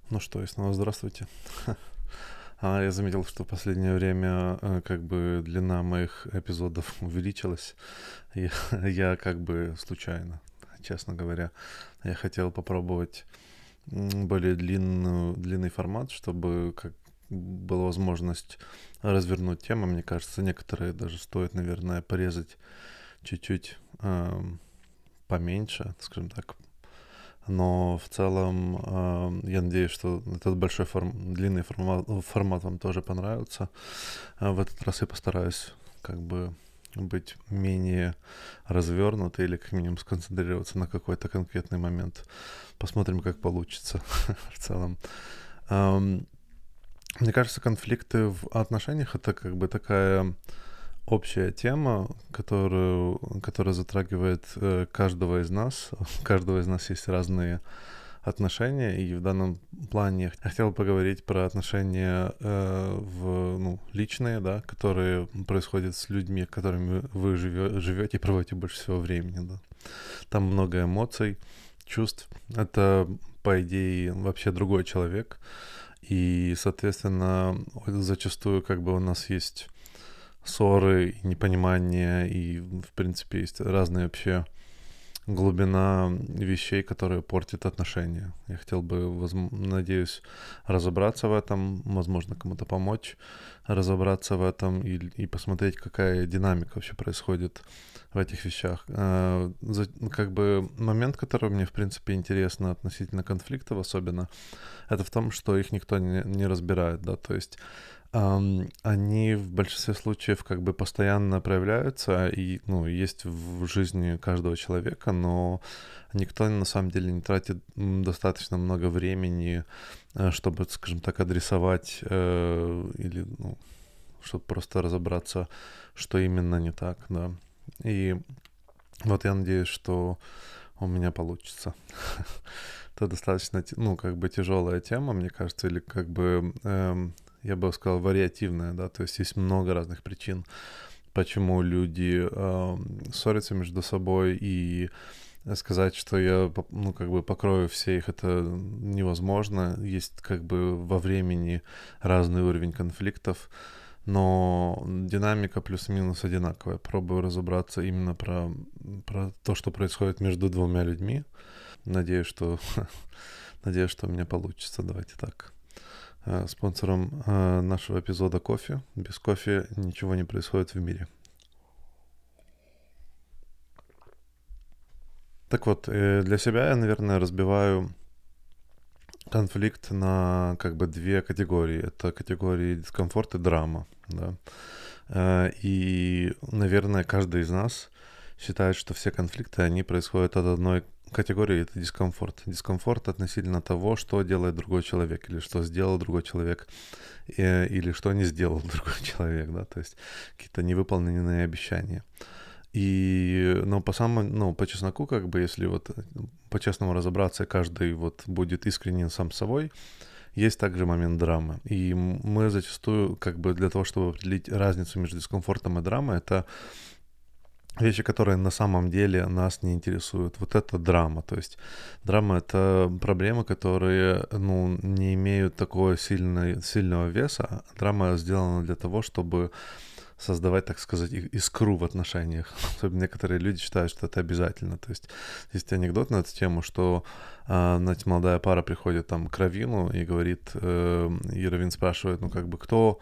Ну что, и снова здравствуйте. Я заметил, что в последнее время как бы длина моих эпизодов увеличилась. Я, я как бы случайно, честно говоря. Я хотел попробовать более длинный формат, чтобы как была возможность развернуть темы. Мне кажется, некоторые даже стоит, наверное, порезать чуть-чуть поменьше, скажем так. Но в целом я надеюсь, что этот длинный формат вам тоже понравится. В этот раз я постараюсь как бы быть менее развернутый или как минимум сконцентрироваться на какой-то конкретный момент. Посмотрим, как получится в целом. Ам, Мне кажется, конфликты в отношениях это как бы такая общая тема, которая затрагивает каждого из нас. У каждого из нас есть разные отношения, и в данном плане я хотел бы поговорить про отношения личные, да, которые происходят с людьми, с которыми вы живете и проводите больше всего времени, да. Там много эмоций, чувств. Это, по идее, вообще другой человек. И, соответственно, зачастую как бы у нас есть ссоры, и непонимание, и, в принципе, есть разные вообще глубина вещей, которые портят отношения. Я хотел бы, надеюсь, разобраться в этом, возможно, кому-то помочь разобраться в этом и посмотреть, какая динамика вообще происходит в этих вещах. Как бы момент, который мне, в принципе, интересно относительно конфликтов особенно, это в том, что их никто не разбирает, да, то есть они в большинстве случаев как бы постоянно проявляются и, ну, есть в жизни каждого человека, но никто на самом деле не тратит достаточно много времени, чтобы, скажем так, адресовать или, ну, чтобы просто разобраться, что именно не так, да. И вот я надеюсь, что у меня получится. Это достаточно, ну, как бы тяжелая тема, мне кажется, или как бы, я бы сказал, вариативная, да, то есть есть много разных причин, почему люди ссорятся между собой, и сказать, что я, ну, как бы покрою все их, это невозможно. Есть как бы во времени разный уровень конфликтов, но динамика плюс-минус одинаковая. Пробую разобраться именно про то, что происходит между двумя людьми. Надеюсь, что, надеюсь, что у меня получится. Давайте так. Спонсором нашего эпизода кофе. Без кофе ничего не происходит в мире. Так вот, для себя я, наверное, разбиваю конфликт на как бы две категории. Это категории дискомфорт и драма, да. И, наверное, каждый из нас считает, что все конфликты, они происходят от одной категории, это дискомфорт. Дискомфорт относительно того, что делает другой человек, или что сделал другой человек, или что не сделал другой человек, да, то есть какие-то невыполненные обещания. Но ну, по чесноку, как бы, если вот по-честному разобраться, каждый вот будет искренен сам собой, есть также момент драмы. И мы зачастую, как бы, для того, чтобы определить разницу между дискомфортом и драмой, это вещи, которые на самом деле нас не интересуют. Вот это драма. То есть драма — это проблемы, которые, ну, не имеют такого сильного веса. Драма сделана для того, чтобы создавать, так сказать, искру в отношениях. Особенно некоторые люди считают, что это обязательно. То есть есть анекдот на эту тему, что, значит, молодая пара приходит там к раввину и говорит, и раввин спрашивает, ну, как бы,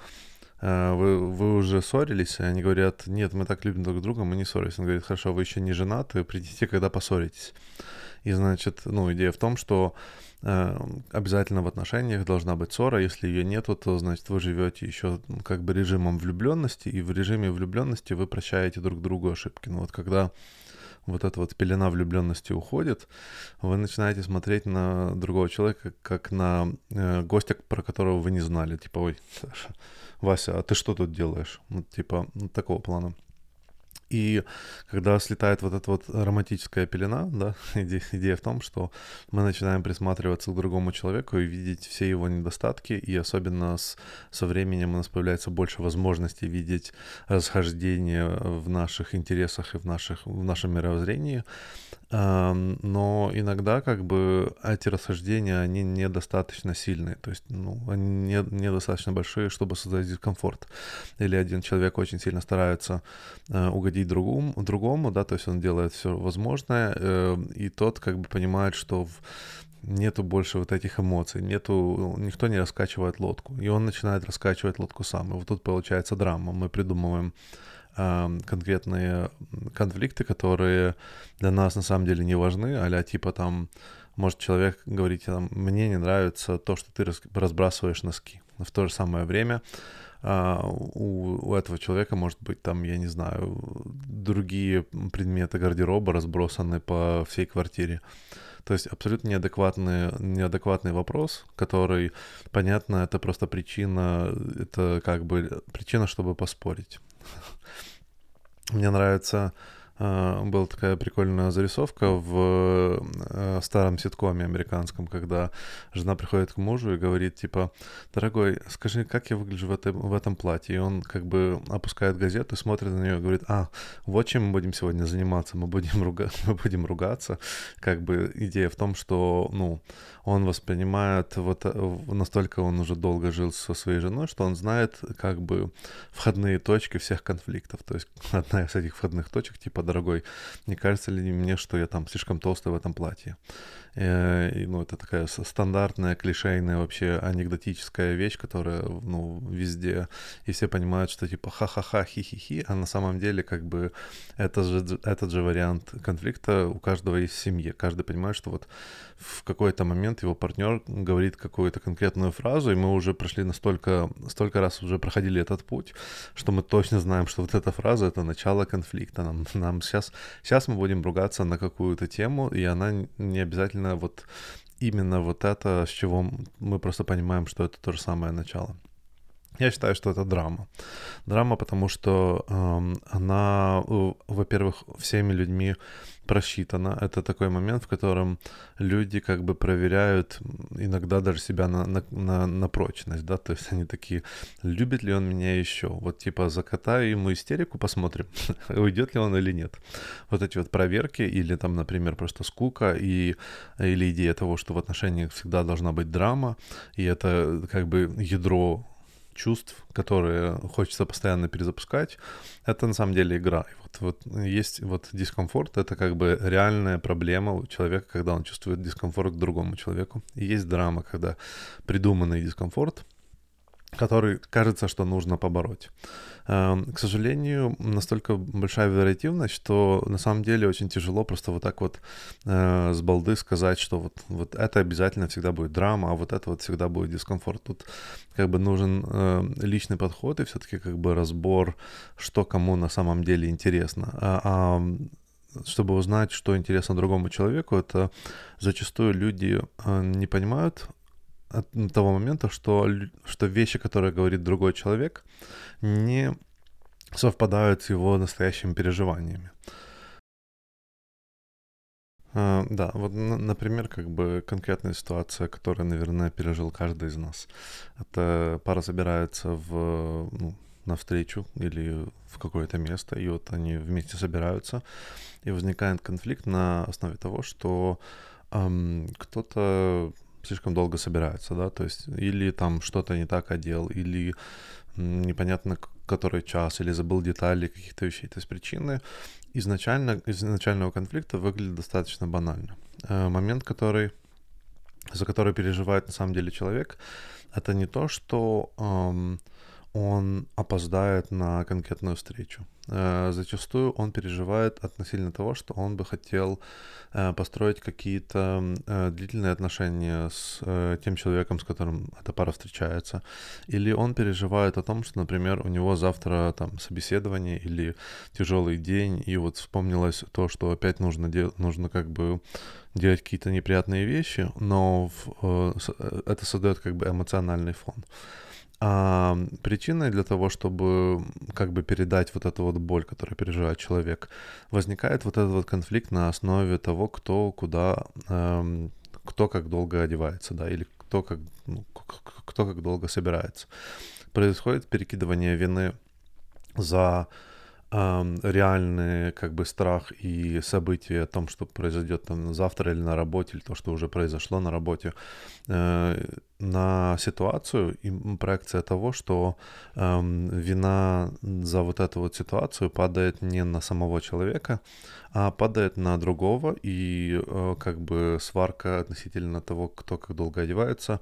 вы уже ссорились? И они говорят, нет, мы так любим друг друга, мы не ссорились. Он говорит, хорошо, вы еще не женаты, придите, когда поссоритесь. И, значит, ну, идея в том, что обязательно в отношениях должна быть ссора. Если ее нету, то, значит, вы живете еще как бы режимом влюбленности, и в режиме влюбленности вы прощаете друг другу ошибки. Но вот когда вот эта вот пелена влюбленности уходит, вы начинаете смотреть на другого человека как на гостя, про которого вы не знали. Типа, ой, Саша, Вася, а ты что тут делаешь? Вот, типа, такого плана. И когда слетает вот эта вот романтическая пелена, да, идея в том, что мы начинаем присматриваться к другому человеку и видеть все его недостатки, и особенно со временем у нас появляется больше возможностей видеть расхождения в наших интересах и в нашем мировоззрении. Но иногда как бы эти расхождения, они недостаточно сильные, то есть, ну, они недостаточно большие, чтобы создать дискомфорт. Или один человек очень сильно старается угодить другому, да, то есть он делает все возможное, и тот как бы понимает, что нету больше вот этих эмоций, никто не раскачивает лодку, и он начинает раскачивать лодку сам. И вот тут получается драма. Мы придумываем конкретные конфликты, которые для нас на самом деле не важны, а-ля типа там, может человек говорить, там, мне не нравится то, что ты разбрасываешь носки. Но в то же самое время у этого человека может быть там, я не знаю, другие предметы гардероба разбросаны по всей квартире. То есть абсолютно неадекватный вопрос, который, понятно, это просто причина, это как бы причина, чтобы поспорить. Мне нравится, была такая прикольная зарисовка в старом ситкоме американском, когда жена приходит к мужу и говорит, типа, дорогой, скажи, как я выгляжу в этом платье? И он как бы опускает газету, смотрит на нее и говорит, вот чем мы будем сегодня заниматься, мы будем ругаться. Как бы идея в том, что, ну, он воспринимает, вот настолько он уже долго жил со своей женой, что он знает как бы входные точки всех конфликтов. То есть одна из этих входных точек, типа, дорогой, не кажется ли мне, что я там слишком толстый в этом платье? Ну, это такая стандартная, клишейная, вообще анекдотическая вещь, которая, ну, везде, и все понимают, что типа ха-ха-ха, хи-хи-хи, а на самом деле как бы этот же вариант конфликта у каждого есть в семье. Каждый понимает, что вот в какой-то момент его партнер говорит какую-то конкретную фразу, и мы уже прошли столько раз уже проходили этот путь, что мы точно знаем, что вот эта фраза — это начало конфликта. Нам сейчас мы будем ругаться на какую-то тему, и она не обязательно вот именно вот это, с чего мы просто понимаем, что это то же самое начало. Я считаю, что это драма. Драма, потому что она, во-первых, всеми людьми просчитана. Это такой момент, в котором люди как бы проверяют иногда даже себя на прочность, да, то есть они такие, любит ли он меня еще? Вот типа закатаю ему истерику, посмотрим, уйдет ли он или нет. Вот эти вот проверки или там, например, просто скука или идея того, что в отношениях всегда должна быть драма, и это как бы ядро чувств, которые хочется постоянно перезапускать, это на самом деле игра. И вот есть вот дискомфорт, это как бы реальная проблема у человека, когда он чувствует дискомфорт к другому человеку. И есть драма, когда придуманный дискомфорт, который кажется, что нужно побороть. К сожалению, настолько большая вариативность, что на самом деле очень тяжело просто вот так вот с балды сказать, что вот это обязательно всегда будет драма, а вот это вот всегда будет дискомфорт. Тут как бы нужен личный подход и все-таки как бы разбор, что кому на самом деле интересно. Чтобы узнать, что интересно другому человеку, это зачастую люди не понимают от того момента, что вещи, которые говорит другой человек, не совпадают с его настоящими переживаниями. Да, вот, например, как бы конкретная ситуация, которую, наверное, пережил каждый из нас. Это пара собирается на встречу или в какое-то место, и вот они вместе собираются, и возникает конфликт на основе того, что кто-то слишком долго собирается, да, то есть или там что-то не так одел, или непонятно который час, или забыл детали каких-то вещей. То есть причины изначального конфликта выглядят достаточно банально. Момент, за который переживает на самом деле человек, это не то, что он опоздает на конкретную встречу. Зачастую он переживает относительно того, что он бы хотел построить какие-то длительные отношения с тем человеком, с которым эта пара встречается. Или он переживает о том, что, например, у него завтра там собеседование или тяжелый день, и вот вспомнилось то, что опять нужно как бы делать какие-то неприятные вещи, но это создает как бы эмоциональный фон. А причиной для того, чтобы как бы передать вот эту вот боль, которую переживает человек, возникает вот этот вот конфликт на основе того, кто куда, кто как долго одевается, да, или кто как, ну, кто как долго собирается. Происходит перекидывание вины за реальный как бы страх и события о том, что произойдет там завтра или на работе, или то, что уже произошло на работе, на ситуацию и проекция того, что вина за вот эту вот ситуацию падает не на самого человека, а падает на другого, и как бы сварка относительно того, кто как долго одевается,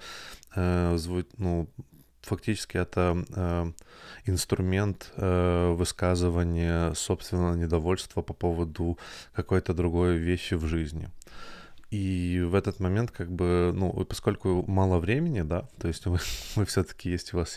ну, фактически это инструмент высказывания собственного недовольства по поводу какой-то другой вещи в жизни. И в этот момент, как бы, ну, поскольку мало времени, да, то есть вы все-таки есть у вас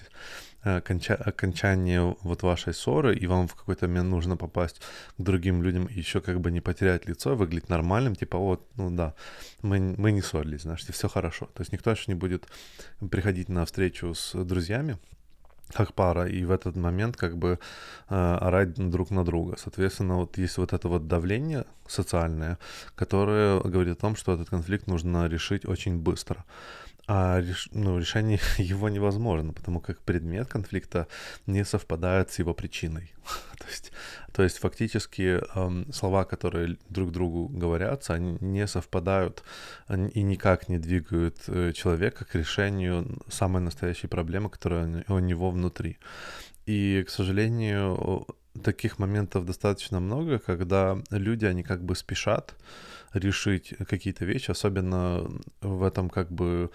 окончание вот вашей ссоры, и вам в какой-то момент нужно попасть к другим людям и еще как бы не потерять лицо, выглядеть нормальным, типа вот, ну да, мы не ссорились, знаешь, все хорошо. То есть никто же не будет приходить на встречу с друзьями, как пара, и в этот момент как бы орать друг на друга. Соответственно, вот есть вот это вот давление социальное, которое говорит о том, что этот конфликт нужно решить очень быстро. А ну, решение его невозможно, потому как предмет конфликта не совпадает с его причиной. то есть фактически слова, которые друг другу говорятся, они не совпадают и никак не двигают человека к решению самой настоящей проблемы, которая у него внутри. И, к сожалению, таких моментов достаточно много, когда люди, они как бы спешат решить какие-то вещи, особенно в этом как бы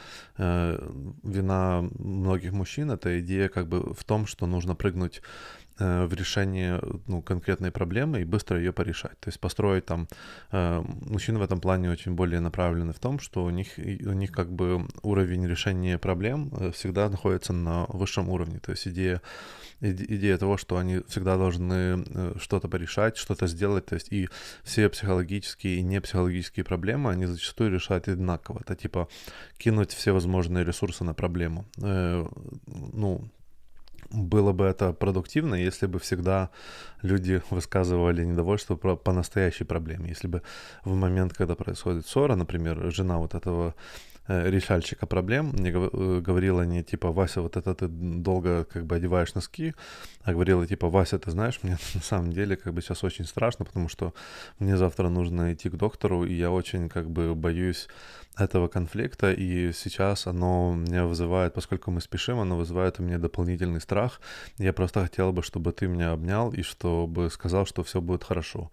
вина многих мужчин, это идея как бы в том, что нужно прыгнуть в решение, ну, конкретной проблемы и быстро ее порешать. То есть построить там... Мужчины в этом плане очень более направлены в том, что у них как бы уровень решения проблем всегда находится на высшем уровне. То есть идея того, что они всегда должны что-то порешать, что-то сделать, то есть и все психологические и непсихологические проблемы, они зачастую решают одинаково. Это типа кинуть все возможные ресурсы на проблему. Ну, было бы это продуктивно, если бы всегда люди высказывали недовольство по настоящей проблеме. Если бы в момент, когда происходит ссора, например, жена вот этого решальщика проблем мне говорила не типа: Вася, вот это ты долго как бы одеваешь носки, а говорила типа: Вася, ты знаешь, мне на самом деле как бы сейчас очень страшно, потому что мне завтра нужно идти к доктору, и я очень как бы боюсь этого конфликта, и сейчас оно меня вызывает, поскольку мы спешим, оно вызывает у меня дополнительный страх. Я просто хотел бы, чтобы ты меня обнял и чтобы сказал, что все будет хорошо.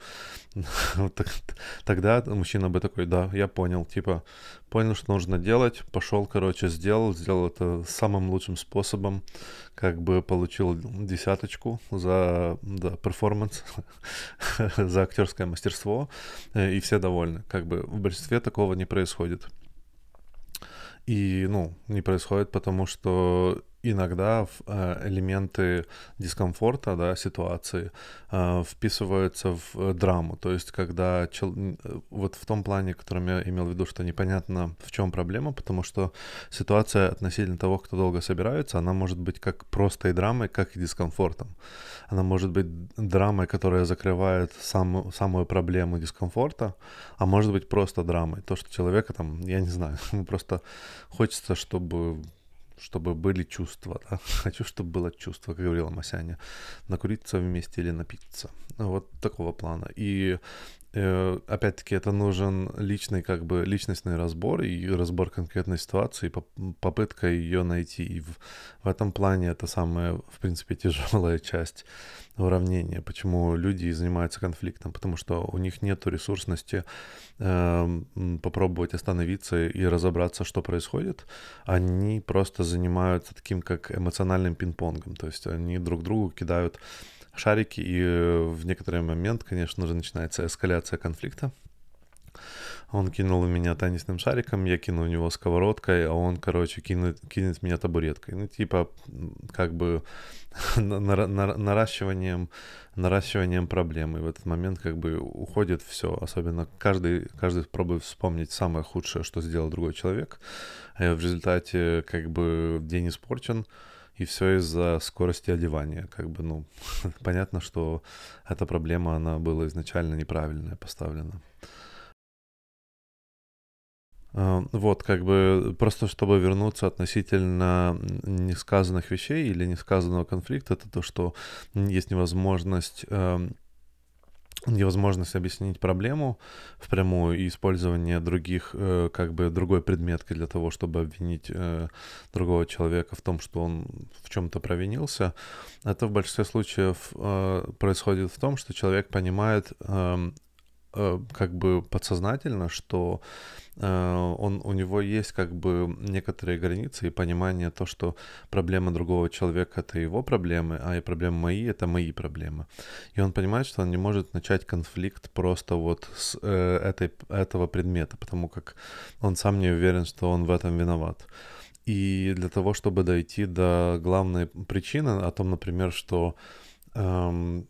Тогда мужчина бы такой: да, я понял, типа, понял, что нужно делать, пошел, короче, сделал это самым лучшим способом, как бы получил десяточку за перформанс, за актерское мастерство, и все довольны. Как бы в большинстве такого не происходит. И, ну, не происходит, потому что иногда элементы дискомфорта, да, ситуации вписываются в драму. То есть, когда вот в том плане, в котором я имел в виду, что непонятно, в чем проблема, потому что ситуация относительно того, кто долго собирается, она может быть как просто и драмой, как и дискомфортом. Она может быть драмой, которая закрывает самую проблему дискомфорта, а может быть просто драмой. То, что человека там, я не знаю, просто хочется, чтобы были чувства, да? Хочу, чтобы было чувство, как говорила Масяня. Накуриться вместе или напиться. Вот такого плана. И опять-таки это нужен личный, как бы, личностный разбор и разбор конкретной ситуации, попытка ее найти. И в этом плане это самая, в принципе, тяжелая часть уравнения, почему люди занимаются конфликтом, потому что у них нет ресурсности попробовать остановиться и разобраться, что происходит. Они просто занимаются таким, как эмоциональным пинг-понгом, то есть они друг другу кидают шарики, и в некоторый момент, конечно же, начинается эскаляция конфликта. Он кинул в меня теннисным шариком, я кину в него сковородкой, а он, короче, кинет в меня табуреткой. Ну, типа, как бы наращиванием проблемы. И в этот момент как бы уходит все. Особенно каждый пробует вспомнить самое худшее, что сделал другой человек. В результате как бы день испорчен, И все из-за скорости одевания. Как бы, ну, понятно, что эта проблема, она была изначально неправильная поставлена. Вот, как бы, просто чтобы вернуться относительно несказанных вещей или несказанного конфликта, это то, что есть невозможность объяснить проблему впрямую и использование других, как бы другой предметки для того, чтобы обвинить другого человека в том, что он в чем-то провинился. Это в большинстве случаев происходит в том, что человек понимает как бы подсознательно, что у него есть как бы некоторые границы и понимание то, что проблема другого человека — это его проблемы, а и проблемы мои — это мои проблемы. И он понимает, что он не может начать конфликт просто вот с этого предмета, потому как он сам не уверен, что он в этом виноват. И для того, чтобы дойти до главной причины, о том, например, что эм,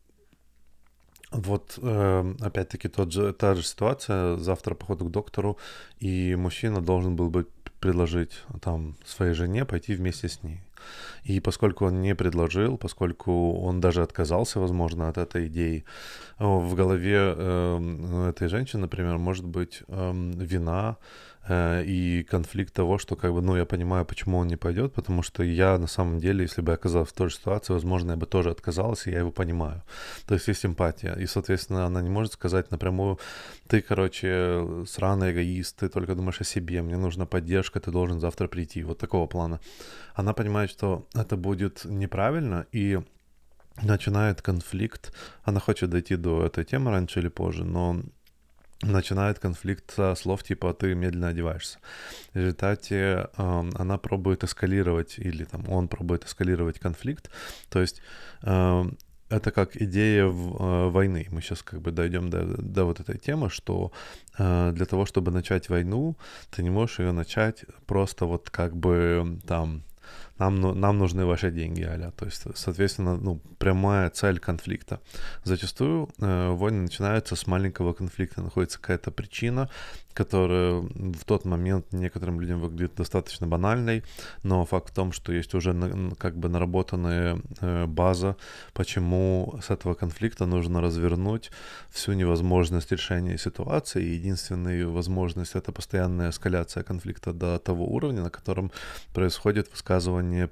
вот, опять-таки, та же ситуация, завтра походу к доктору, и мужчина должен был бы предложить там своей жене пойти вместе с ней. И поскольку он не предложил, поскольку он даже отказался, возможно, от этой идеи, в голове этой женщины, например, может быть вина и конфликт того, что как бы, ну, я понимаю, почему он не пойдет, потому что я на самом деле, если бы я оказался в той же ситуации, возможно, я бы тоже отказалась, и я его понимаю. То есть есть эмпатия. И, соответственно, она не может сказать напрямую: ты, короче, сраный эгоист, ты только думаешь о себе, мне нужна поддержка, ты должен завтра прийти. Вот такого плана. Она понимает, что это будет неправильно, и начинает конфликт. Она хочет дойти до этой темы раньше или позже, но начинает конфликт со слов типа «ты медленно одеваешься». В результате она пробует эскалировать, или там он пробует эскалировать конфликт. То есть это как идея войны. Мы сейчас как бы дойдем до вот этой темы, что для того, чтобы начать войну, ты не можешь ее начать просто вот как бы там нам нужны ваши деньги, а-ля. То есть, соответственно, ну, прямая цель конфликта. Зачастую войны начинаются с маленького конфликта. Находится какая-то причина, которая в тот момент некоторым людям выглядит достаточно банальной, но факт в том, что есть уже как бы наработанная база, почему с этого конфликта нужно развернуть всю невозможность решения ситуации. И единственная возможность — это постоянная эскаляция конфликта до того уровня, на котором происходит высказывание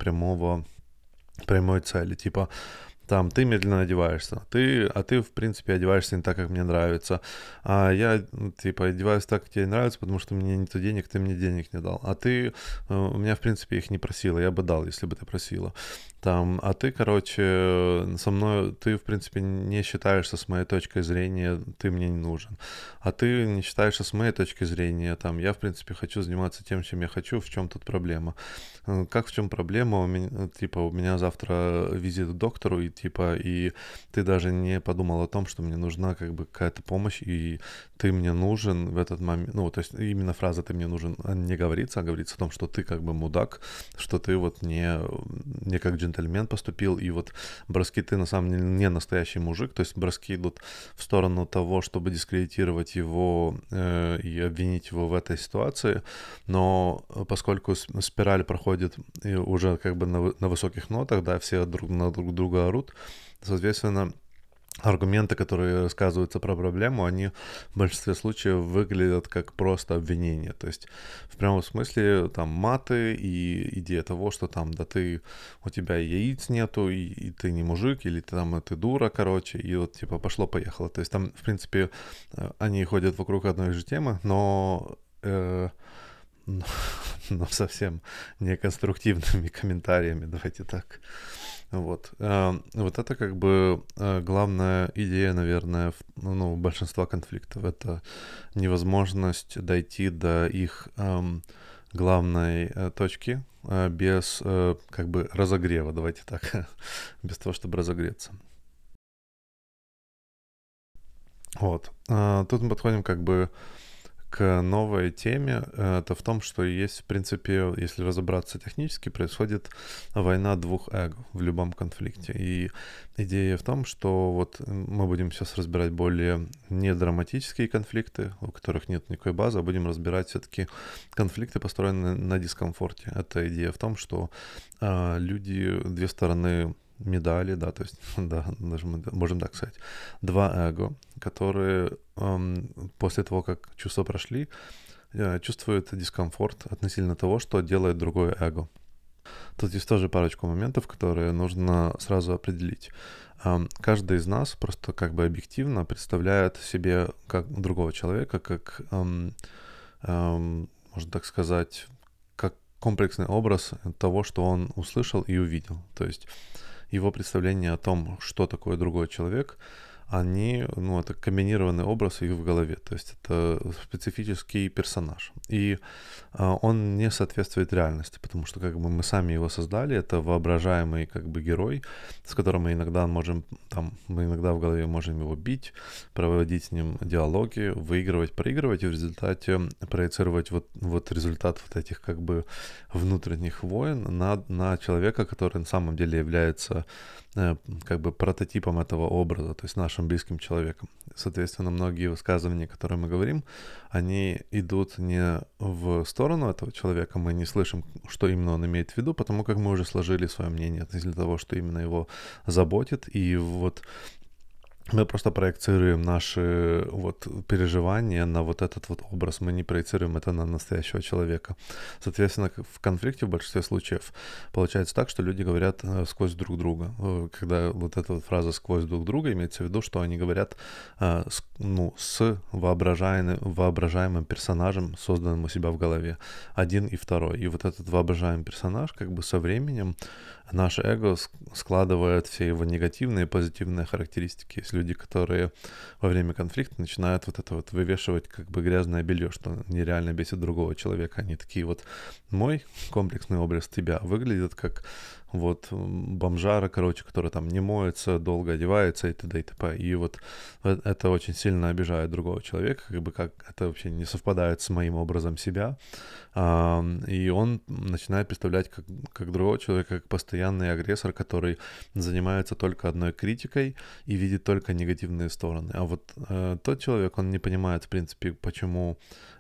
прямой цели. Типа, там, ты медленно одеваешься, а ты, в принципе, одеваешься не так, как мне нравится. А я, типа, одеваюсь так, как тебе нравится, потому что мне нет денег, ты мне денег не дал. А ты у меня, в принципе, их не просила, я бы дал, если бы ты просила. Там, а ты, короче, со мной, ты, в принципе, не считаешься с моей точкой зрения, ты мне не нужен. А ты не считаешься с моей точки зрения, там, я, в принципе, хочу заниматься тем, чем я хочу, в чем тут проблема? Как в чем проблема? Типа, у меня завтра визит к доктору, и типа, и ты даже не подумал о том, что мне нужна как бы какая-то помощь, и ты мне нужен в этот момент. Ну, то есть именно фраза «ты мне нужен» не говорится, а говорится о том, что ты как бы мудак, что ты вот не как джентльмен поступил, и вот броски ты на самом деле не настоящий мужик, то есть броски идут в сторону того, чтобы дискредитировать его и обвинить его в этой ситуации, но поскольку спираль проходит и уже как бы на высоких нотах, да, все на друг друга орут, соответственно, аргументы, которые рассказываются про проблему, они в большинстве случаев выглядят как просто обвинение. То есть в прямом смысле там маты и идея того, что там, да у тебя яиц нету, и ты не мужик, или ты дура, короче, и вот типа пошло-поехало. То есть там, в принципе, они ходят вокруг одной и же темы, но но, но совсем не конструктивными комментариями, давайте так. Вот. Вот это как бы главная идея, наверное, ну, большинства конфликтов. Это невозможность дойти до их главной точки без как бы разогрева, давайте так, без того, чтобы разогреться. Вот. Тут мы подходим как бы к новой теме, это в том, что есть, в принципе, если разобраться технически, происходит война двух эго в любом конфликте. И идея в том, что вот мы будем сейчас разбирать более недраматические конфликты, у которых нет никакой базы, а будем разбирать все-таки конфликты, построенные на дискомфорте. Это идея в том, что люди, две стороны медали, да, то есть, да, даже мы можем так сказать, два эго, которые после того, как чувства прошли, чувствуют дискомфорт относительно того, что делает другое эго. Тут есть тоже парочку моментов, которые нужно сразу определить. Каждый из нас просто как бы объективно представляет себе как другого человека, как, можно так сказать, как комплексный образ того, что он услышал и увидел. То есть его представление о том, что такое другой человек, они, ну, это комбинированный образ их в голове, то есть это специфический персонаж. И он не соответствует реальности, потому что как бы мы сами его создали, это воображаемый как бы герой, с которым мы иногда можем, там, мы иногда в голове можем его бить, проводить с ним диалоги, выигрывать, проигрывать, и в результате проецировать вот результат вот этих как бы внутренних войн на человека, который на самом деле является как бы прототипом этого образа, то есть нашим близким человеком. Соответственно, многие высказывания, которые мы говорим, они идут не в сторону этого человека, мы не слышим, что именно он имеет в виду, потому как мы уже сложили свое мнение относительно того, что именно его заботит, и вот мы просто проецируем наши вот переживания на вот этот вот образ, мы не проецируем это на настоящего человека. Соответственно, в конфликте в большинстве случаев получается так, что люди говорят сквозь друг друга. Когда вот эта вот фраза «сквозь друг друга» имеется в виду, что они говорят с воображаемым персонажем, созданным у себя в голове, один и второй. И вот этот воображаемый персонаж как бы со временем наше эго складывает все его негативные и позитивные характеристики. Есть люди, которые во время конфликта начинают вот это вот вывешивать как бы грязное белье, что нереально бесит другого человека. Они такие вот: мой комплексный образ тебя выглядит как вот бомжара, короче, который там не моется, долго одевается и т.д. и т.п. И вот это очень сильно обижает другого человека, как бы как это вообще не совпадает с моим образом себя. И он начинает представлять как другого человека, как постоянный агрессор, который занимается только одной критикой и видит только негативные стороны. А вот тот человек, он не понимает, в принципе, почему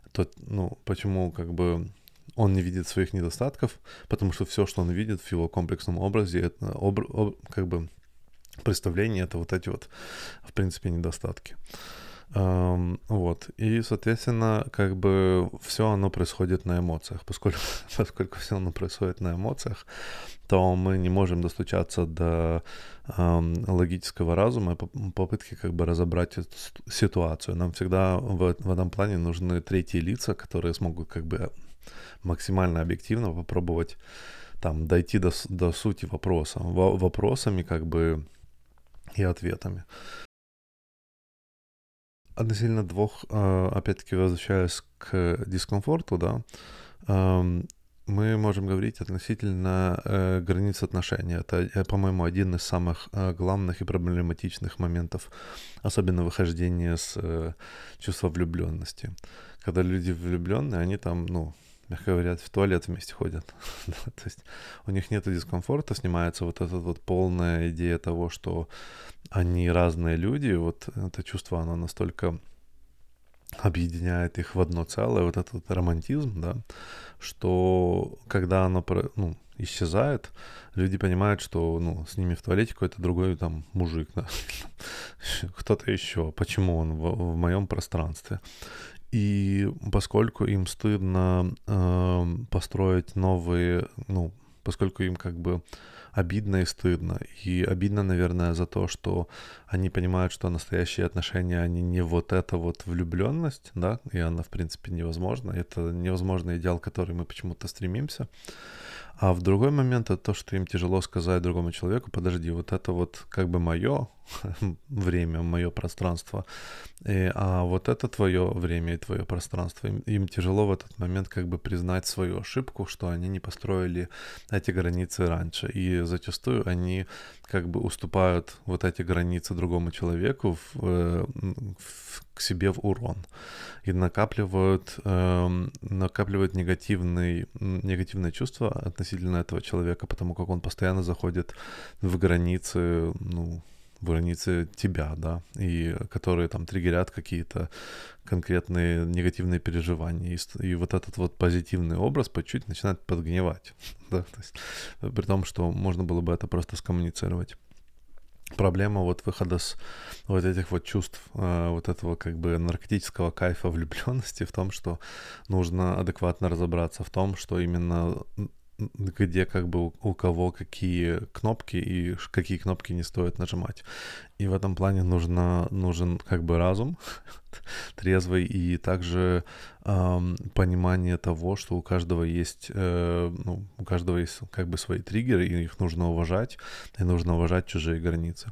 как бы он не видит своих недостатков, потому что все, что он видит в его комплексном образе, это как бы представление, это вот эти вот, в принципе, недостатки. Вот. И, соответственно, как бы все оно происходит на эмоциях. Поскольку все оно происходит на эмоциях, то мы не можем достучаться до логического разума и попытки как бы разобрать эту ситуацию. Нам всегда в этом плане нужны третьи лица, которые смогут как бы максимально объективно попробовать там дойти до сути вопроса, вопросами как бы и ответами. Относительно двух, опять-таки, возвращаясь к дискомфорту, да, мы можем говорить относительно границ отношений. Это, по-моему, один из самых главных и проблематичных моментов, особенно выхождения с чувства влюбленности. Когда люди влюбленные, они там, мягко говоря, в туалет вместе ходят. То есть у них нет дискомфорта, снимается вот эта вот полная идея того, что они разные люди, вот это чувство, оно настолько объединяет их в одно целое, вот этот романтизм, да, что когда оно исчезает, люди понимают, что с ними в туалете какой-то другой там мужик, да, кто-то еще, почему он в моем пространстве. И поскольку им стыдно построить новые, поскольку им как бы обидно и стыдно. И обидно, наверное, за то, что они понимают, что настоящие отношения, они не вот эта вот влюбленность, да, и она, в принципе, невозможна. Это невозможный идеал, к который мы почему-то стремимся. А в другой момент это то, что им тяжело сказать другому человеку: подожди, вот это вот как бы мое время, мое пространство, а вот это твое время и твое пространство. Им тяжело в этот момент как бы признать свою ошибку, что они не построили эти границы раньше. И зачастую они как бы уступают вот эти границы другому человеку к себе в урон и накапливают негативные чувства относительно этого человека, потому как он постоянно заходит в границы, ну, в границы тебя, да, и которые там триггерят какие-то конкретные негативные переживания. И вот этот вот позитивный образ по чуть-чуть начинает подгнивать, да, то есть, при том, что можно было бы это просто скоммуницировать. Проблема вот выхода с вот этих вот чувств, вот этого как бы наркотического кайфа влюбленности в том, что нужно адекватно разобраться в том, что именно где как бы у кого какие кнопки и какие кнопки не стоит нажимать. И в этом плане нужен как бы разум трезвый и также понимание того, что у каждого есть как бы свои триггеры, и их нужно уважать, и нужно уважать чужие границы.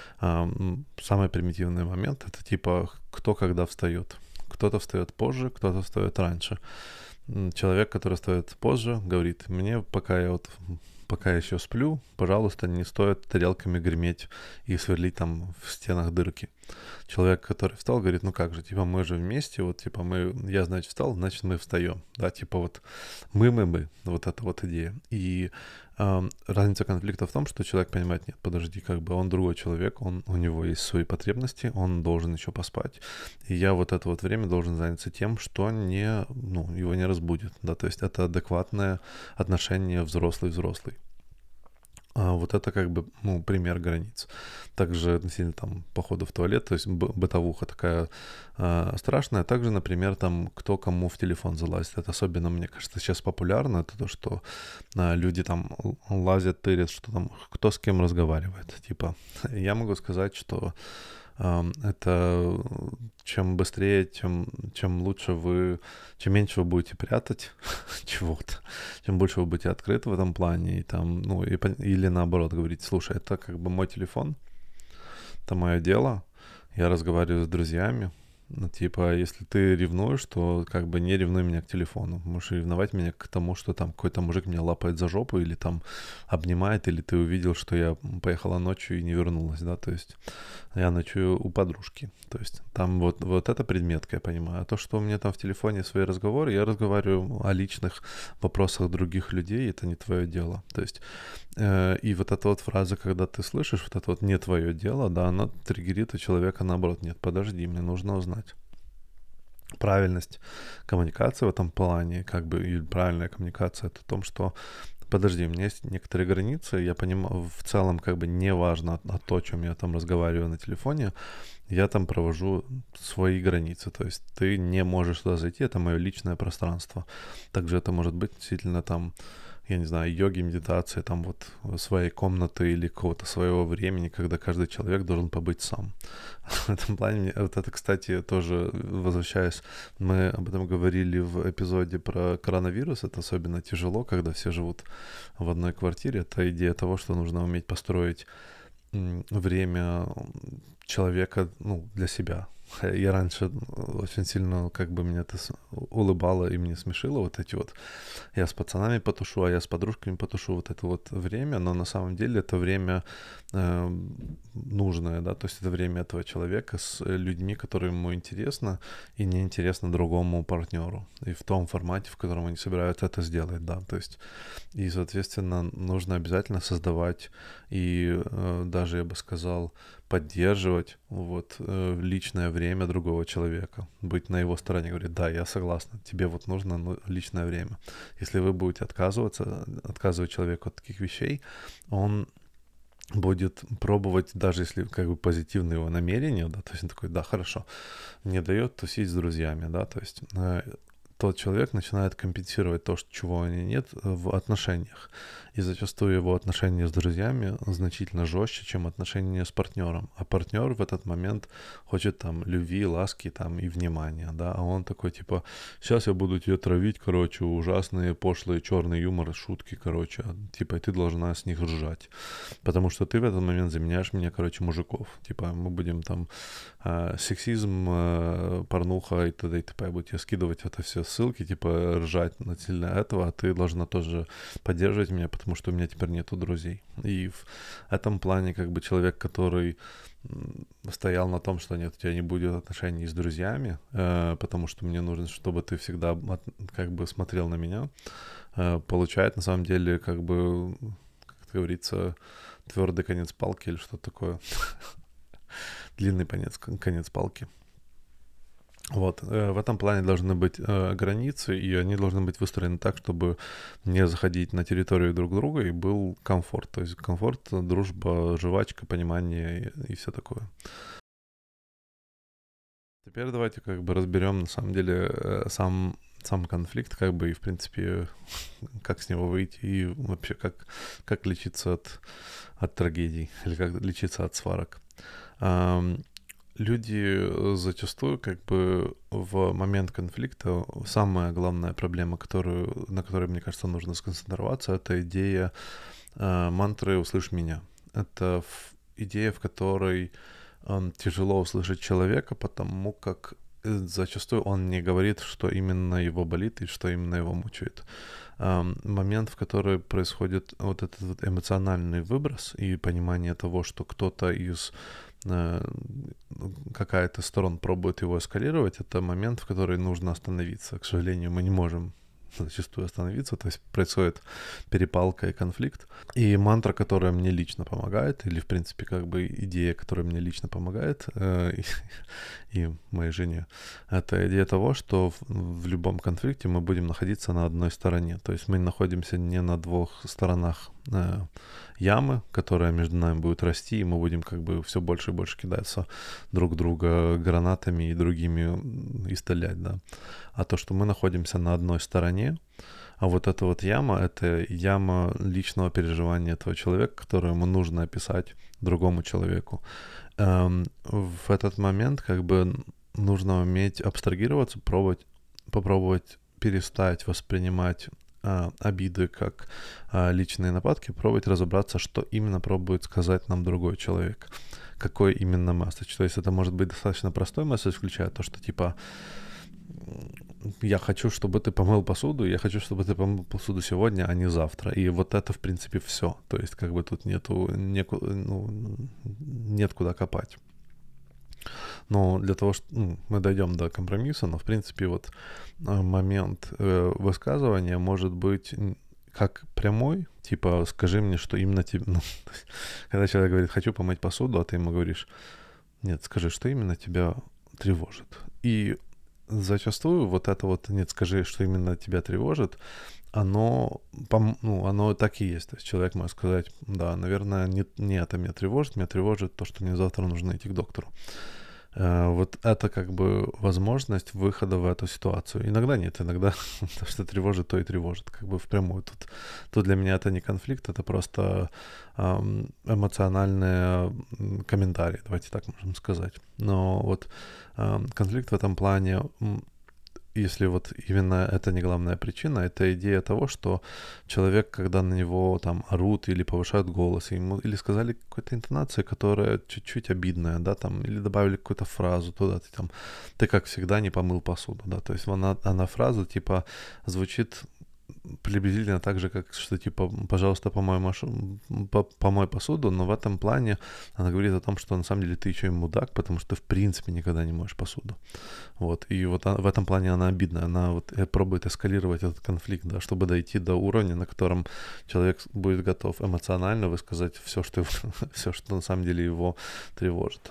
Самый примитивный момент — это типа кто когда встает. Кто-то встает позже, кто-то встает раньше. Человек, который встает позже, говорит: мне пока я еще сплю, пожалуйста, не стоит тарелками греметь и сверлить там в стенах дырки. Человек, который встал, говорит: ну как же, типа мы же вместе, вот типа я, значит, встал, значит мы встаем, да, типа вот мы, вот эта вот идея. И разница конфликта в том, что человек понимает: нет, подожди, как бы он другой человек, у него есть свои потребности, он должен еще поспать, и я вот это вот время должен заняться тем, что его не разбудит, да, то есть это адекватное отношение взрослый-взрослый. Вот это как бы, пример границ. Также относительно там похода в туалет, то есть бытовуха такая страшная. Также, например, там кто кому в телефон залазит. Это особенно, мне кажется, сейчас популярно. Это то, что люди там лазят, тырят, что там кто с кем разговаривает. Типа, я могу сказать, что это чем быстрее, чем лучше чем меньше вы будете прятать чего-то, чем больше вы будете открыты в этом плане, и там, или наоборот говорить: слушай, это как бы мой телефон, это мое дело, я разговариваю с друзьями, типа, если ты ревнуешь, то как бы не ревнуй меня к телефону. Можешь ревновать меня к тому, что там какой-то мужик меня лапает за жопу или там обнимает, или ты увидел, что я поехала ночью и не вернулась, да, то есть я ночую у подружки. То есть там вот это предметка, я понимаю. А то, что у меня там в телефоне свои разговоры, я разговариваю о личных вопросах других людей, это не твое дело. То есть и вот эта вот фраза, когда ты слышишь, вот это вот «не твое дело», да, она триггерит у человека наоборот: нет, подожди, мне нужно узнать. Правильность коммуникации в этом плане, как бы, и правильная коммуникация — это в том, что подожди, у меня есть некоторые границы, я понимаю, в целом как бы не важно то, о чем я там разговариваю на телефоне, я там провожу свои границы, то есть ты не можешь туда зайти, это мое личное пространство. Также это может быть действительно там, я не знаю, йоги, медитации, там вот своей комнаты или какого-то своего времени, когда каждый человек должен побыть сам. В этом плане, вот это, кстати, тоже возвращаясь, мы об этом говорили в эпизоде про коронавирус, это особенно тяжело, когда все живут в одной квартире, это идея того, что нужно уметь построить время человека, для себя. Я раньше очень сильно, как бы, меня это улыбало и мне смешило вот эти вот: я с пацанами потушу, а я с подружками потушу, вот это вот время, но на самом деле это время нужное, да, то есть это время этого человека с людьми, которые ему интересно и не интересно другому партнеру, и в том формате, в котором они собираются это сделать, да, то есть, и, соответственно, нужно обязательно создавать и даже, я бы сказал, поддерживать личное время другого человека, быть на его стороне, говорить: да, я согласна, тебе вот нужно личное время. Если вы будете отказывать человеку от таких вещей, он будет пробовать, даже если как бы позитивные его намерения, да, то есть он такой: да, хорошо, не дает тусить с друзьями, да, то есть тот человек начинает компенсировать то, чего у него нет в отношениях. И зачастую его отношения с друзьями значительно жестче, чем отношения с партнером. А партнер в этот момент хочет там любви, ласки там и внимания, да. А он такой типа: сейчас я буду тебя травить, короче, ужасные, пошлые, черный юмор, шутки, короче. Типа, и ты должна с них ржать. Потому что ты в этот момент заменяешь меня, короче, мужиков. Типа, мы будем там сексизм, порнуха и т.д. и т.п. Я буду тебе скидывать это все ссылки, типа, ржать относительно этого, а ты должна тоже поддерживать меня, потому что у меня теперь нету друзей. И в этом плане, как бы, человек, который стоял на том, что нет, у тебя не будет отношений с друзьями, потому что мне нужно, чтобы ты всегда как бы смотрел на меня, получает на самом деле, как бы, как говорится, твердый конец палки или что-то такое. Длинный конец палки. Вот, в этом плане должны быть границы, и они должны быть выстроены так, чтобы не заходить на территорию друг друга, и был комфорт. То есть комфорт, дружба, жвачка, понимание и все такое. Теперь давайте как бы разберем на самом деле сам конфликт, как бы и в принципе как с него выйти и вообще как лечиться от трагедий или как лечиться от сварок. Люди зачастую как бы в момент конфликта самая главная проблема, на которой, мне кажется, нужно сконцентрироваться, это идея мантры «услышь меня». Это идея, в которой тяжело услышать человека, потому как зачастую он не говорит, что именно его болит и что именно его мучает. Момент, в который происходит вот этот вот эмоциональный выброс и понимание того, что кто-то из какая-то сторон пробует его эскалировать, это момент, в который нужно остановиться. К сожалению, мы не можем зачастую остановиться, то есть происходит перепалка и конфликт. И мантра, которая мне лично помогает, или, в принципе, как бы идея, которая мне лично помогает, и моей жене, это идея того, что в любом конфликте мы будем находиться на одной стороне. То есть мы находимся не на двух сторонах ямы, которая между нами будет расти, и мы будем как бы все больше и больше кидаться друг друга гранатами и другими и стрелять, да. А то, что мы находимся на одной стороне, а вот эта вот яма — это яма личного переживания этого человека, которую ему нужно описать другому человеку. В этот момент как бы нужно уметь абстрагироваться, попробовать перестать воспринимать обиды как личные нападки, пробовать разобраться, что именно пробует сказать нам другой человек, какой именно месседж. То есть это может быть достаточно простой месседж, включая то, что типа я хочу, чтобы ты помыл посуду, я хочу, чтобы ты помыл посуду сегодня, а не завтра. И вот это, в принципе, все. То есть как бы тут нет куда копать. Но для того, что мы дойдем до компромисса, но, в принципе, вот момент высказывания может быть как прямой, типа, скажи мне, что именно тебе... когда человек говорит, хочу помыть посуду, а ты ему говоришь, нет, скажи, что именно тебя тревожит. И зачастую вот это вот, нет, скажи, что именно тебя тревожит, оно так и есть. То есть человек может сказать, да, наверное, не это меня тревожит то, что мне завтра нужно идти к доктору. Вот это как бы возможность выхода в эту ситуацию. Иногда нет, иногда то, что тревожит, то и тревожит, как бы впрямую. Тут для меня это не конфликт, это просто эмоциональные комментарии, давайте так можем сказать. Но вот конфликт в этом плане, если вот именно это не главная причина, это идея того, что человек, когда на него там орут или повышают голос, ему или сказали какой-то интонации, которая чуть-чуть обидная, да, там, или добавили какую-то фразу туда, ты как всегда не помыл посуду, да, то есть она фраза типа звучит приблизительно так же, как что типа, пожалуйста, помой посуду, но в этом плане она говорит о том, что на самом деле ты еще и мудак, потому что ты в принципе никогда не моешь посуду. Вот, и вот в этом плане она обидная, она вот пробует эскалировать этот конфликт, да, чтобы дойти до уровня, на котором человек будет готов эмоционально высказать все, что на самом деле его тревожит.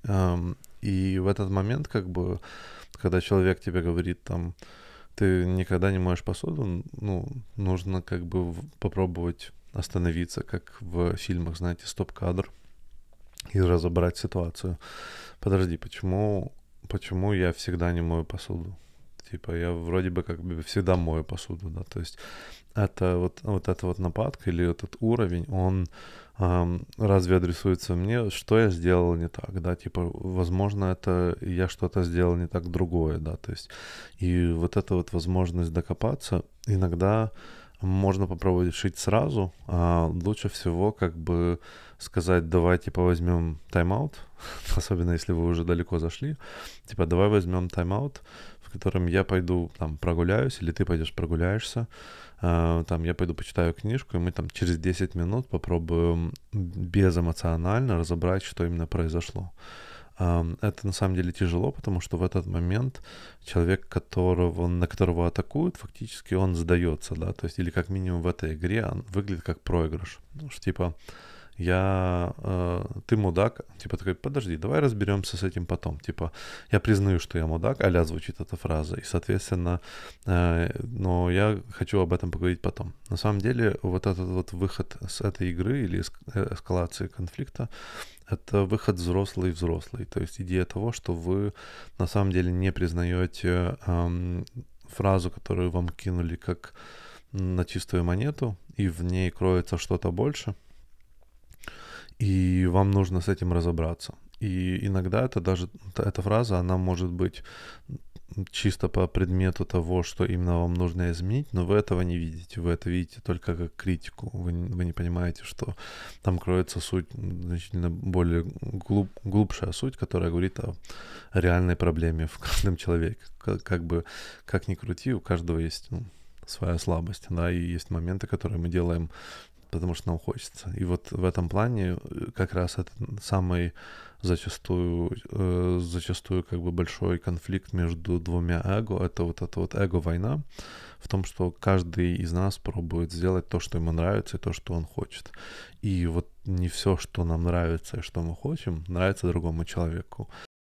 И в этот момент, как бы, когда человек тебе говорит там, ты никогда не моешь посуду, нужно как бы попробовать остановиться, как в фильмах, знаете, стоп-кадр, и разобрать ситуацию. Подожди, почему я всегда не мою посуду? Типа, я вроде бы как бы всегда мою посуду, да, то есть это вот эта вот нападка или этот уровень, он разве адресуется мне, что я сделал не так, да, типа, возможно, это я что-то сделал не так другое, да, то есть, и вот эта вот возможность докопаться, иногда можно попробовать решить сразу, а лучше всего как бы сказать, давай, типа, возьмем тайм-аут, особенно если вы уже далеко зашли, типа, давай возьмем тайм-аут, в которым я пойду там прогуляюсь, или ты пойдешь прогуляешься, там я пойду почитаю книжку, и мы там через 10 минут попробуем безэмоционально разобрать, что именно произошло. Это на самом деле тяжело, потому что в этот момент человек, на которого атакуют, фактически он сдается, да, то есть или как минимум в этой игре он выглядит как проигрыш. Потому что типа ты мудак, типа такой, подожди, давай разберемся с этим потом. Типа, я признаю, что я мудак, а-ля звучит эта фраза, и, соответственно, но я хочу об этом поговорить потом. На самом деле, вот этот вот выход с этой игры или эскалации конфликта, это выход взрослый. То есть идея того, что вы на самом деле не признаете фразу, которую вам кинули как на чистую монету, и в ней кроется что-то больше, и вам нужно с этим разобраться. И иногда эта фраза, она может быть чисто по предмету того, что именно вам нужно изменить, но вы этого не видите. Вы это видите только как критику. Вы не понимаете, что там кроется суть, значительно более глубшая суть, которая говорит о реальной проблеме в каждом человеке. Как ни крути, у каждого есть своя слабость, да, и есть моменты, которые мы делаем, потому что нам хочется. И вот в этом плане как раз это самый зачастую как бы большой конфликт между двумя эго. Это вот эго-война в том, что каждый из нас пробует сделать то, что ему нравится, и то, что он хочет. И вот не все, что нам нравится и что мы хотим, нравится другому человеку.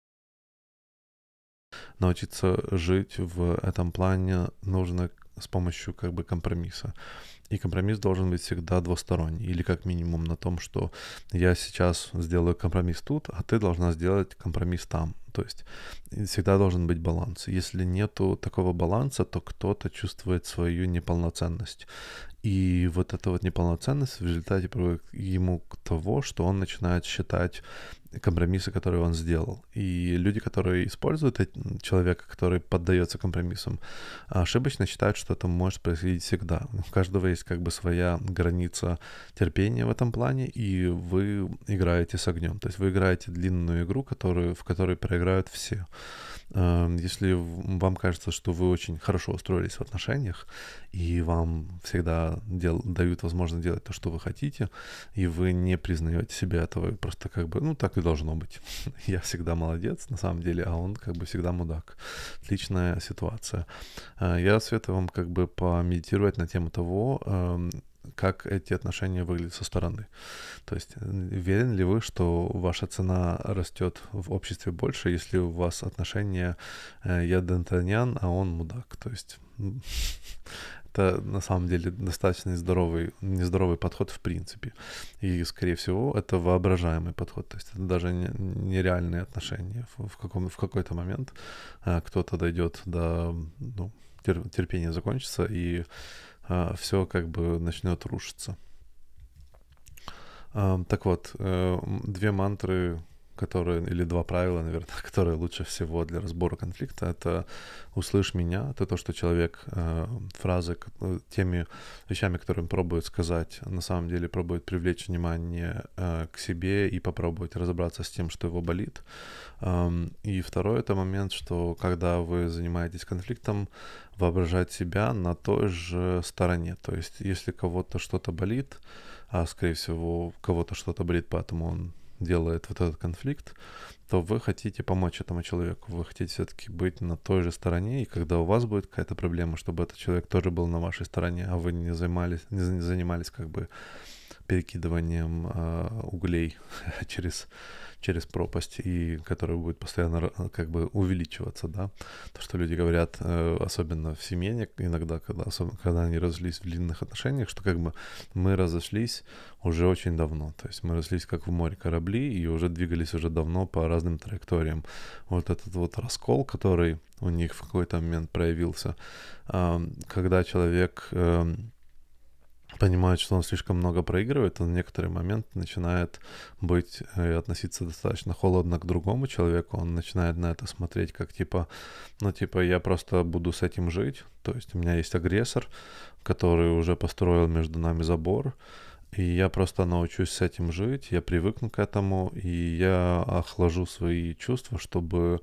Научиться жить в этом плане нужно с помощью как бы компромисса. И компромисс должен быть всегда двусторонний. Или как минимум на том, что я сейчас сделаю компромисс тут, а ты должна сделать компромисс там. То есть всегда должен быть баланс. Если нету такого баланса, то кто-то чувствует свою неполноценность. И вот эта вот неполноценность в результате приводит ему к тому, что он начинает считать компромиссы, которые он сделал. И люди, которые используют человека, который поддается компромиссам, ошибочно считают, что это может происходить всегда. У каждого есть как бы своя граница терпения в этом плане, и вы играете с огнем. То есть вы играете длинную игру, в которой проиграют все. Если вам кажется, что вы очень хорошо устроились в отношениях, и вам всегда дают возможность делать то, что вы хотите, и вы не признаете себя этого, просто как бы, так и должно быть. Я всегда молодец, на самом деле, а он как бы всегда мудак. Отличная ситуация. Я советую вам как бы помедитировать на тему того, как эти отношения выглядят со стороны. То есть уверен ли вы, что ваша цена растет в обществе больше, если у вас отношения я Д'Артаньян, а он мудак? То есть это на самом деле достаточно нездоровый подход в принципе. И, скорее всего, это воображаемый подход. То есть это даже нереальные отношения. В какой-то момент кто-то дойдет до терпения закончится, и все как бы начнет рушиться. Так вот, две мантры, или два правила, наверное, которые лучше всего для разбора конфликта, это «услышь меня», это то, что человек фразы, теми вещами, которые он пробует сказать, на самом деле пробует привлечь внимание к себе и попробовать разобраться с тем, что его болит. И второй это момент, что когда вы занимаетесь конфликтом, воображать себя на той же стороне. То есть, если кого-то что-то болит, а скорее всего кого-то что-то болит, поэтому он делает вот этот конфликт, то вы хотите помочь этому человеку, вы хотите все-таки быть на той же стороне, и когда у вас будет какая-то проблема, чтобы этот человек тоже был на вашей стороне, а вы не занимались как бы перекидыванием углей через пропасть, и которая будет постоянно как бы увеличиваться, да. То, что люди говорят, особенно в семье иногда, когда они разошлись в длинных отношениях, что как бы мы разошлись уже очень давно. То есть мы разошлись как в море корабли и уже двигались уже давно по разным траекториям. Вот этот вот раскол, который у них в какой-то момент проявился, когда человек понимает, что он слишком много проигрывает, он в некоторый момент начинает относиться достаточно холодно к другому человеку, он начинает на это смотреть как я просто буду с этим жить, то есть у меня есть агрессор, который уже построил между нами забор, и я просто научусь с этим жить, я привыкну к этому, и я охлажу свои чувства, чтобы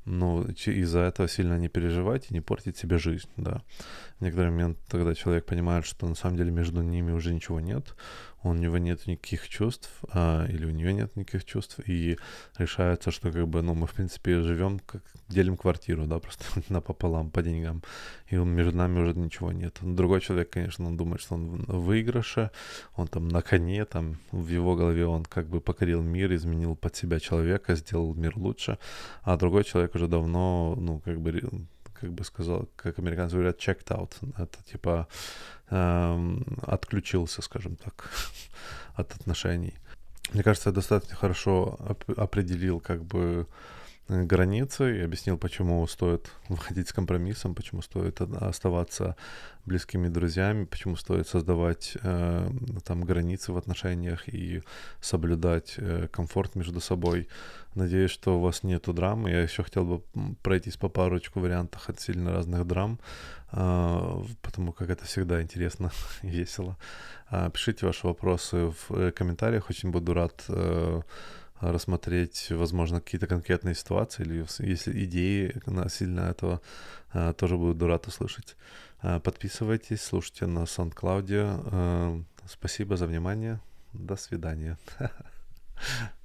ну, из-за этого сильно не переживать и не портить себе жизнь, да. В некоторый момент, когда человек понимает, что на самом деле между ними уже ничего нет, у него нет никаких чувств, или у нее нет никаких чувств, и решается, что как бы, ну, мы, в принципе, живем, как делим квартиру, да, просто напополам по деньгам, и между нами уже ничего нет. Другой человек, конечно, он думает, что он в выигрыше, он там на коне, там в его голове он как бы покорил мир, изменил под себя человека, сделал мир лучше, а другой человек уже давно, ну, как бы сказал, как американцы говорят, checked out. Это типа отключился, скажем так, от отношений. Мне кажется, я достаточно хорошо определил как бы границы и объяснил, почему стоит выходить с компромиссом, почему стоит оставаться близкими друзьями, почему стоит создавать там границы в отношениях и соблюдать комфорт между собой. Надеюсь, что у вас нету драмы. Я еще хотел бы пройтись по парочку вариантах от сильно разных драм, потому как это всегда интересно и весело. Пишите ваши вопросы в комментариях, очень буду рад рассмотреть, возможно, какие-то конкретные ситуации, или если идеи сильно этого, тоже буду рад услышать. Подписывайтесь, слушайте на SoundCloud. Спасибо за внимание. До свидания.